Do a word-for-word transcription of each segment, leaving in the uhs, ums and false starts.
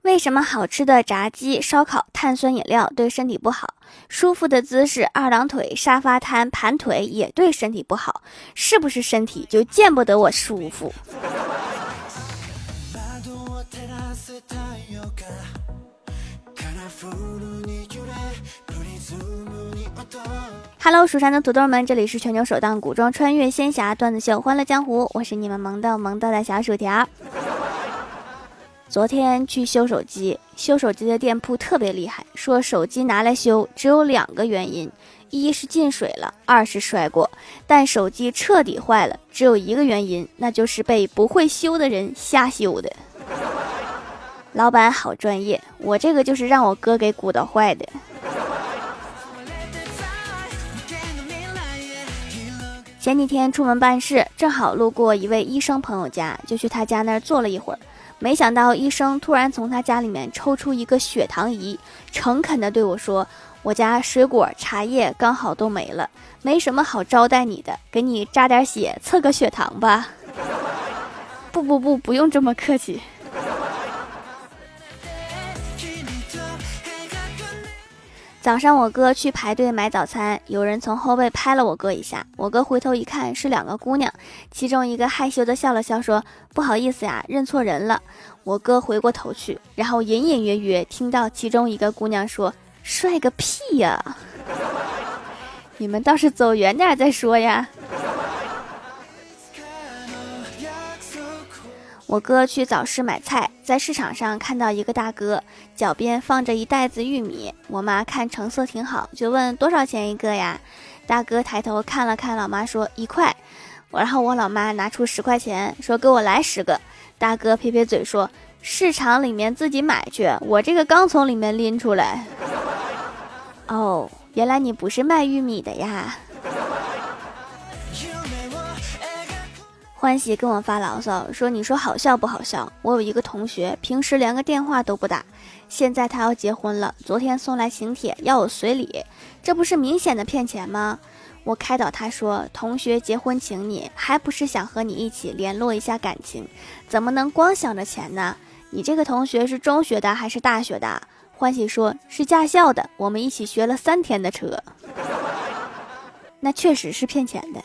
为什么好吃的炸鸡、烧烤、碳酸饮料对身体不好？舒服的姿势，二郎腿、沙发瘫、盘腿也对身体不好。是不是身体就见不得我舒服？Hello， 蜀山的土豆们，这里是全球首档古装穿越仙侠段子秀《欢乐江湖》，我是你们萌豆萌豆的小薯条。昨天去修手机，修手机的店铺特别厉害，说手机拿来修只有两个原因，一是进水了，二是摔过。但手机彻底坏了，只有一个原因，那就是被不会修的人瞎修的。老板好专业，我这个就是让我哥给鼓捣坏的。前几天出门办事，正好路过一位医生朋友家，就去他家那儿坐了一会儿。没想到医生突然从他家里面抽出一个血糖仪，诚恳地对我说，我家水果茶叶刚好都没了，没什么好招待你的，给你扎点血测个血糖吧。不不不不用这么客气。早上我哥去排队买早餐，有人从后背拍了我哥一下，我哥回头一看是两个姑娘，其中一个害羞的笑了笑说，不好意思呀，认错人了。我哥回过头去，然后隐隐约约听到其中一个姑娘说，帅个屁呀。你们倒是走远点再说呀。我哥去早市买菜，在市场上看到一个大哥，脚边放着一袋子玉米。我妈看成色挺好，就问多少钱一个呀？大哥抬头看了看老妈说一块。然后我老妈拿出十块钱说给我来十个。大哥撇撇嘴说，市场里面自己买去，我这个刚从里面拎出来。哦，原来你不是卖玉米的呀。欢喜跟我发牢骚说，你说好笑不好笑？我有一个同学平时连个电话都不打，现在他要结婚了，昨天送来请帖要我随礼，这不是明显的骗钱吗？我开导他说，同学结婚请你，还不是想和你一起联络一下感情，怎么能光想着钱呢？你这个同学是中学的还是大学的？欢喜说，是驾校的，我们一起学了三天的车。那确实是骗钱的。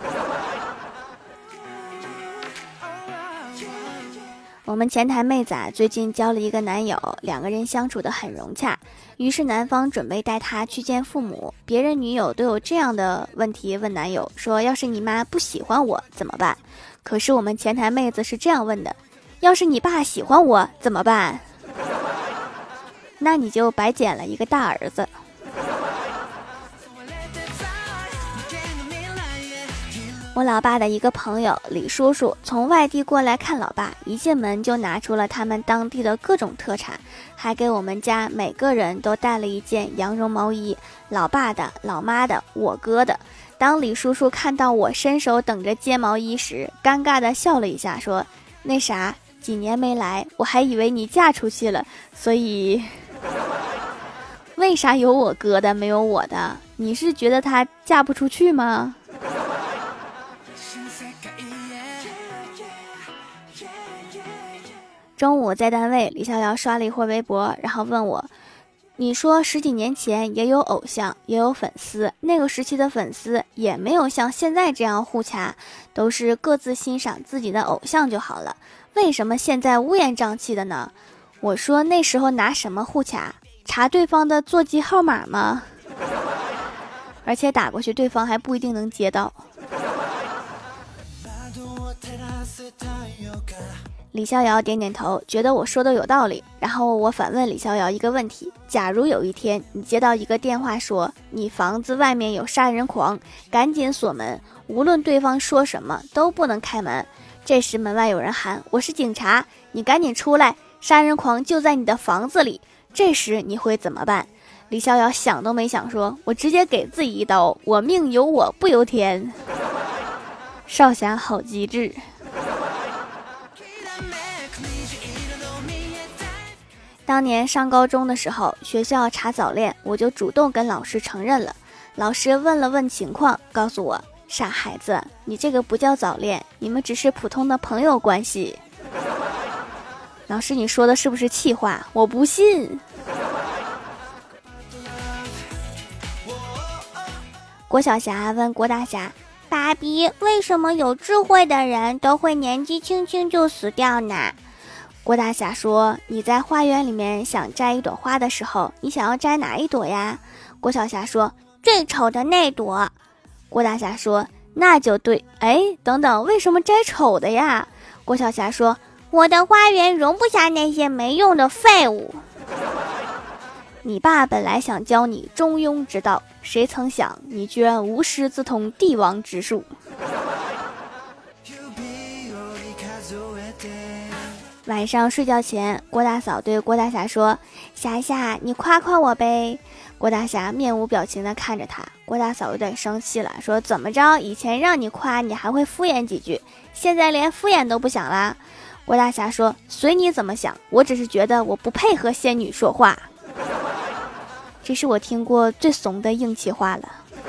我们前台妹子啊，最近交了一个男友，两个人相处得很融洽，于是男方准备带她去见父母。别人女友都有这样的问题问男友说，要是你妈不喜欢我怎么办？可是我们前台妹子是这样问的，要是你爸喜欢我怎么办？那你就白捡了一个大儿子。我老爸的一个朋友李叔叔从外地过来看老爸，一进门就拿出了他们当地的各种特产，还给我们家每个人都带了一件羊绒毛衣，老爸的、老妈的、我哥的。当李叔叔看到我伸手等着接毛衣时，尴尬地笑了一下说，那啥，几年没来，我还以为你嫁出去了，所以为啥有我哥的没有我的？你是觉得他嫁不出去吗？中午在单位，李逍遥刷了一会儿微博，然后问我，你说十几年前也有偶像也有粉丝，那个时期的粉丝也没有像现在这样互掐，都是各自欣赏自己的偶像就好了，为什么现在乌烟瘴气的呢？我说那时候拿什么互掐？查对方的座机号码吗？而且打过去对方还不一定能接到。李逍遥点点头，觉得我说的有道理，然后我反问李逍遥一个问题，假如有一天你接到一个电话说你房子外面有杀人狂，赶紧锁门，无论对方说什么都不能开门，这时门外有人喊，我是警察，你赶紧出来，杀人狂就在你的房子里，这时你会怎么办？李逍遥想都没想说，我直接给自己一刀，我命由我不由天。少侠好机智。当年上高中的时候，学校查早恋，我就主动跟老师承认了。老师问了问情况，告诉我，傻孩子，你这个不叫早恋，你们只是普通的朋友关系。 老师，你说的是不是气话？我不信。郭晓霞问郭大侠，爸比，为什么有智慧的人都会年纪轻轻就死掉呢？郭大侠说，你在花园里面想摘一朵花的时候，你想要摘哪一朵呀？郭晓霞说，最丑的那朵。郭大侠说，那就对。哎，等等，为什么摘丑的呀？郭晓霞说，我的花园容不下那些没用的废物。你爸本来想教你中庸之道，谁曾想你居然无师自通帝王之术。晚上睡觉前，郭大嫂对郭大侠说，霞霞，你夸夸我呗。郭大侠面无表情地看着他，郭大嫂有点生气了，说，怎么着，以前让你夸你还会敷衍几句，现在连敷衍都不想啦？郭大侠说，随你怎么想，我只是觉得我不配和仙女说话。这是我听过最怂的硬气话了。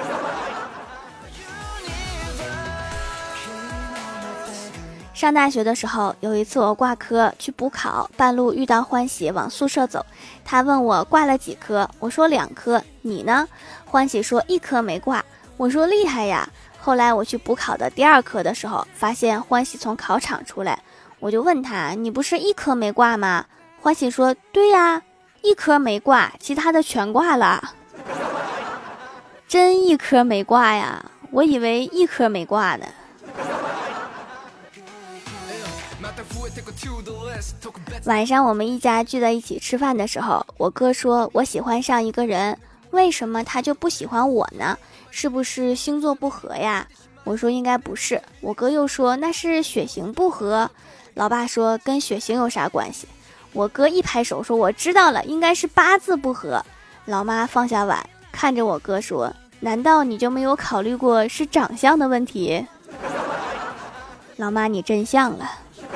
上大学的时候，有一次我挂科去补考，半路遇到欢喜往宿舍走，他问我挂了几科，我说两科，你呢？欢喜说一科没挂，我说厉害呀。后来我去补考的第二科的时候，发现欢喜从考场出来，我就问他，你不是一科没挂吗？欢喜说，对呀，一科没挂，其他的全挂了。真一科没挂呀，我以为一科没挂呢。晚上我们一家聚在一起吃饭的时候，我哥说，我喜欢上一个人，为什么他就不喜欢我呢？是不是星座不合呀？我说应该不是。我哥又说，那是血型不合。老爸说，跟血型有啥关系？我哥一拍手说，我知道了，应该是八字不合。老妈放下碗看着我哥说，难道你就没有考虑过是长相的问题？老妈你真像了。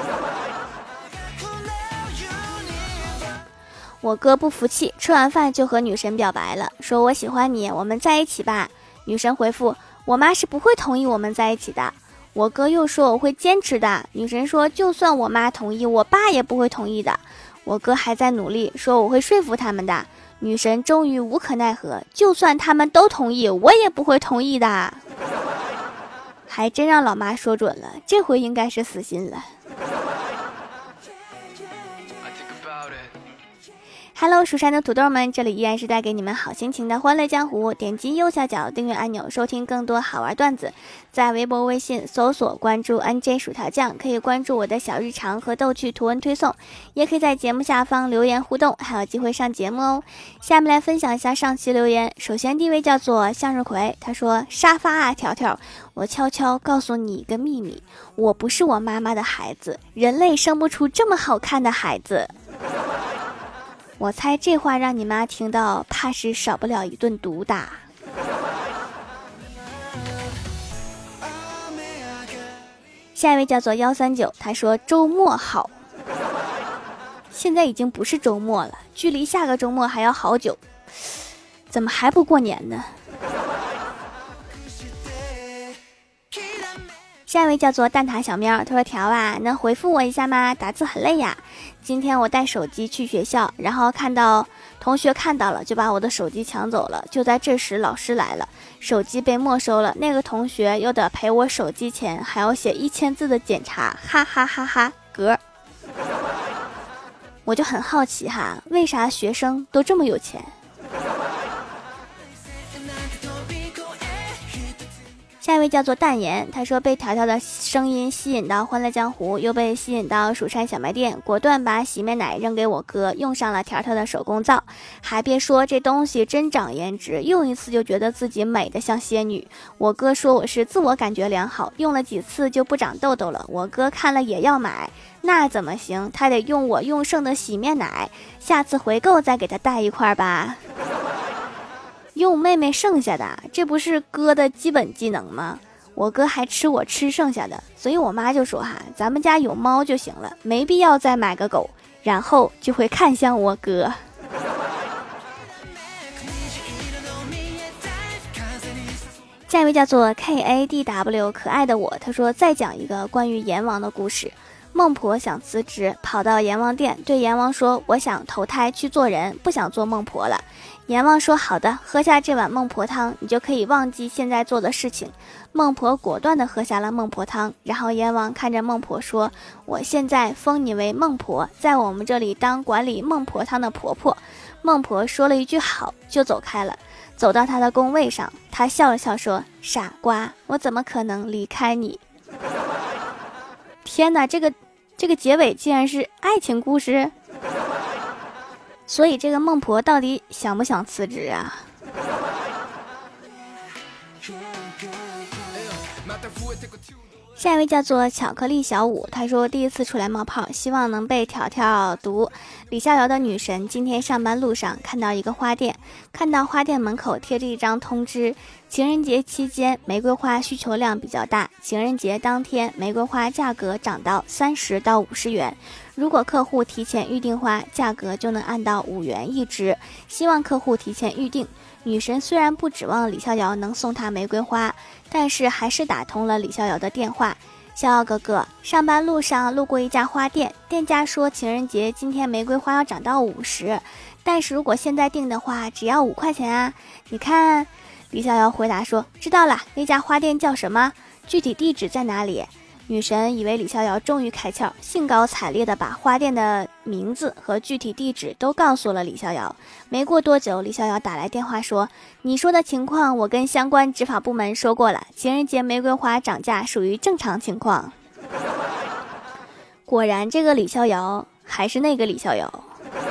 我哥不服气，吃完饭就和女神表白了，说我喜欢你，我们在一起吧。女神回复，我妈是不会同意我们在一起的。我哥又说，我会坚持的。女神说，就算我妈同意，我爸也不会同意的。我哥还在努力，说我会说服他们的。女神终于无可奈何，就算他们都同意，我也不会同意的。还真让老妈说准了，这回应该是死心了。Hello， 蜀山的土豆们，这里依然是带给你们好心情的欢乐江湖。点击右下角订阅按钮，收听更多好玩段子。在微博、微信搜索关注 N J 薯条酱，可以关注我的小日常和逗趣图文推送，也可以在节目下方留言互动，还有机会上节目哦。下面来分享一下上期留言。首先第一位叫做向日葵，他说，沙发啊条条，我悄悄告诉你一个秘密，我不是我妈妈的孩子，人类生不出这么好看的孩子。我猜这话让你妈听到，怕是少不了一顿毒打。下一位叫做幺三九，他说周末好。现在已经不是周末了，距离下个周末还要好久，怎么还不过年呢？下一位叫做蛋挞小喵，他说条啊，能回复我一下吗？打字很累呀。今天我带手机去学校，然后看到同学看到了，就把我的手机抢走了。就在这时，老师来了，手机被没收了。那个同学又得赔我手机钱，还要写一千字的检查，哈哈哈哈！嗝。我就很好奇哈，为啥学生都这么有钱？下一位叫做淡言，他说被条条的声音吸引到欢乐江湖，又被吸引到蜀山小卖店，果断把洗面奶扔给我哥，用上了条条的手工皂。还别说，这东西真长颜值，用一次就觉得自己美得像仙女。我哥说我是自我感觉良好，用了几次就不长痘痘了。我哥看了也要买，那怎么行？他得用我用剩的洗面奶，下次回购再给他带一块吧。用妹妹剩下的，这不是哥的基本技能吗？我哥还吃我吃剩下的，所以我妈就说哈，咱们家有猫就行了，没必要再买个狗，然后就会看向我哥。下一位叫做 K A D W 可爱的我，他说再讲一个关于阎王的故事。 孟婆想辞职，跑到阎王殿对阎王说，我想投胎去做人，不想做孟婆了。阎王说，好的，喝下这碗孟婆汤，你就可以忘记现在做的事情。孟婆果断地喝下了孟婆汤，然后阎王看着孟婆说，我现在封你为孟婆，在我们这里当管理孟婆汤的婆婆。孟婆说了一句好，就走开了。走到她的宫位上，她笑了笑说，傻瓜，我怎么可能离开你？天哪，这个这个结尾竟然是爱情故事。所以这个孟婆到底想不想辞职啊？下一位叫做巧克力小五，他说第一次出来冒泡，希望能被条条读。李逍遥的女神今天上班路上看到一个花店，看到花店门口贴着一张通知，情人节期间玫瑰花需求量比较大，情人节当天玫瑰花价格涨到三十到五十元，如果客户提前预订花，价格就能按到五元一支，希望客户提前预订。女神虽然不指望李逍遥能送她玫瑰花，但是还是打通了李逍遥的电话。逍遥哥哥，上班路上路过一家花店，店家说情人节今天玫瑰花要涨到五十，但是如果现在订的话只要五块钱啊，你看。李逍遥回答说，知道了，那家花店叫什么？具体地址在哪里？女神以为李逍遥终于开窍，兴高采烈地把花店的名字和具体地址都告诉了李逍遥。没过多久，李逍遥打来电话说，你说的情况我跟相关执法部门说过了，情人节玫瑰花涨价属于正常情况。果然这个李逍遥还是那个李逍遥。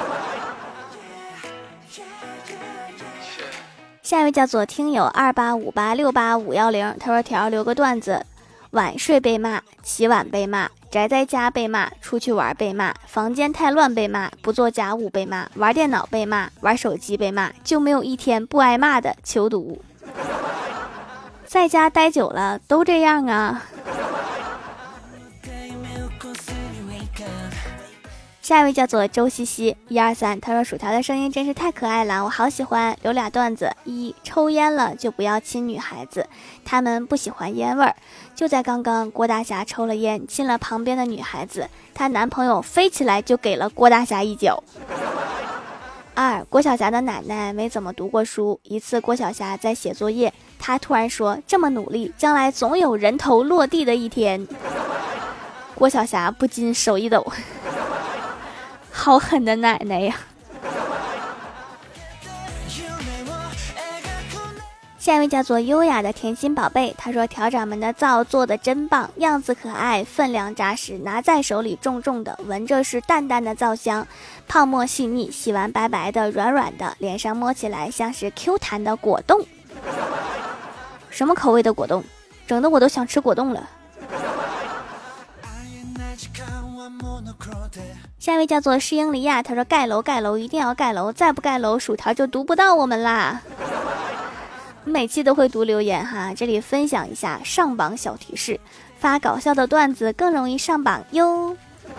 下一位叫做听友二八五八六八五一零，他说条留个段子，晚睡被骂，起晚被骂，宅在家被骂，出去玩被骂，房间太乱被骂，不做家务被骂，玩电脑被骂，玩手机被骂，就没有一天不挨骂的，求读。在家待久了都这样啊。下一位叫做周西西一二三，他说薯条的声音真是太可爱了，我好喜欢。留俩段子，一，抽烟了就不要亲女孩子，他们不喜欢烟味儿。就在刚刚，郭大侠抽了烟亲了旁边的女孩子，她男朋友飞起来就给了郭大侠一脚。二，郭晓霞的奶奶没怎么读过书，一次郭晓霞在写作业，她突然说，这么努力将来总有人头落地的一天。郭晓霞不禁手一抖，好狠的奶奶呀。下一位叫做优雅的甜心宝贝，他说条掌门的皂做的真棒，样子可爱，分量扎实，拿在手里重重的，闻着是淡淡的皂香，泡沫细腻，洗完白白的软软的，脸上摸起来像是 Q 弹的果冻。什么口味的果冻？整的我都想吃果冻了。下一位叫做诗英黎亚，他说盖楼盖楼一定要盖楼，再不盖楼薯条就读不到我们啦。每期都会读留言哈，这里分享一下上榜小提示，发搞笑的段子更容易上榜哟。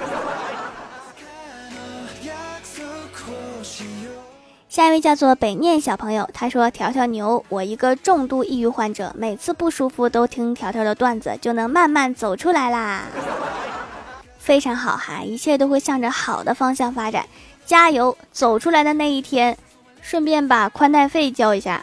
下一位叫做北念小朋友，他说条条牛，我一个重度抑郁患者，每次不舒服都听条条的段子就能慢慢走出来啦。非常好哈，一切都会向着好的方向发展，加油，走出来的那一天，顺便把宽带费交一下。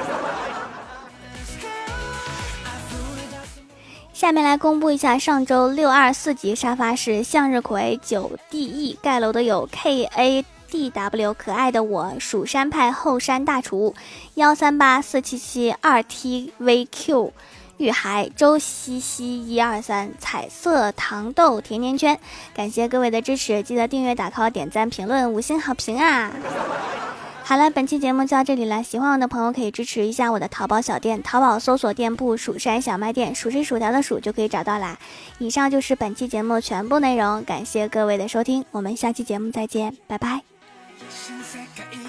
下面来公布一下上周六二四级沙发是向日葵九 D E， 盖楼的有 K A D W 可爱的我，蜀山派后山大厨一三八四七七二 T V Q， 玉海周西西一二三，彩色糖豆甜甜圈，感谢各位的支持，记得订阅打 call 点赞评论五星好评啊。好了，本期节目就到这里了，喜欢我的朋友可以支持一下我的淘宝小店，淘宝搜索店铺蜀山小卖店，数是薯条的数就可以找到啦。以上就是本期节目全部内容，感谢各位的收听，我们下期节目再见，拜拜。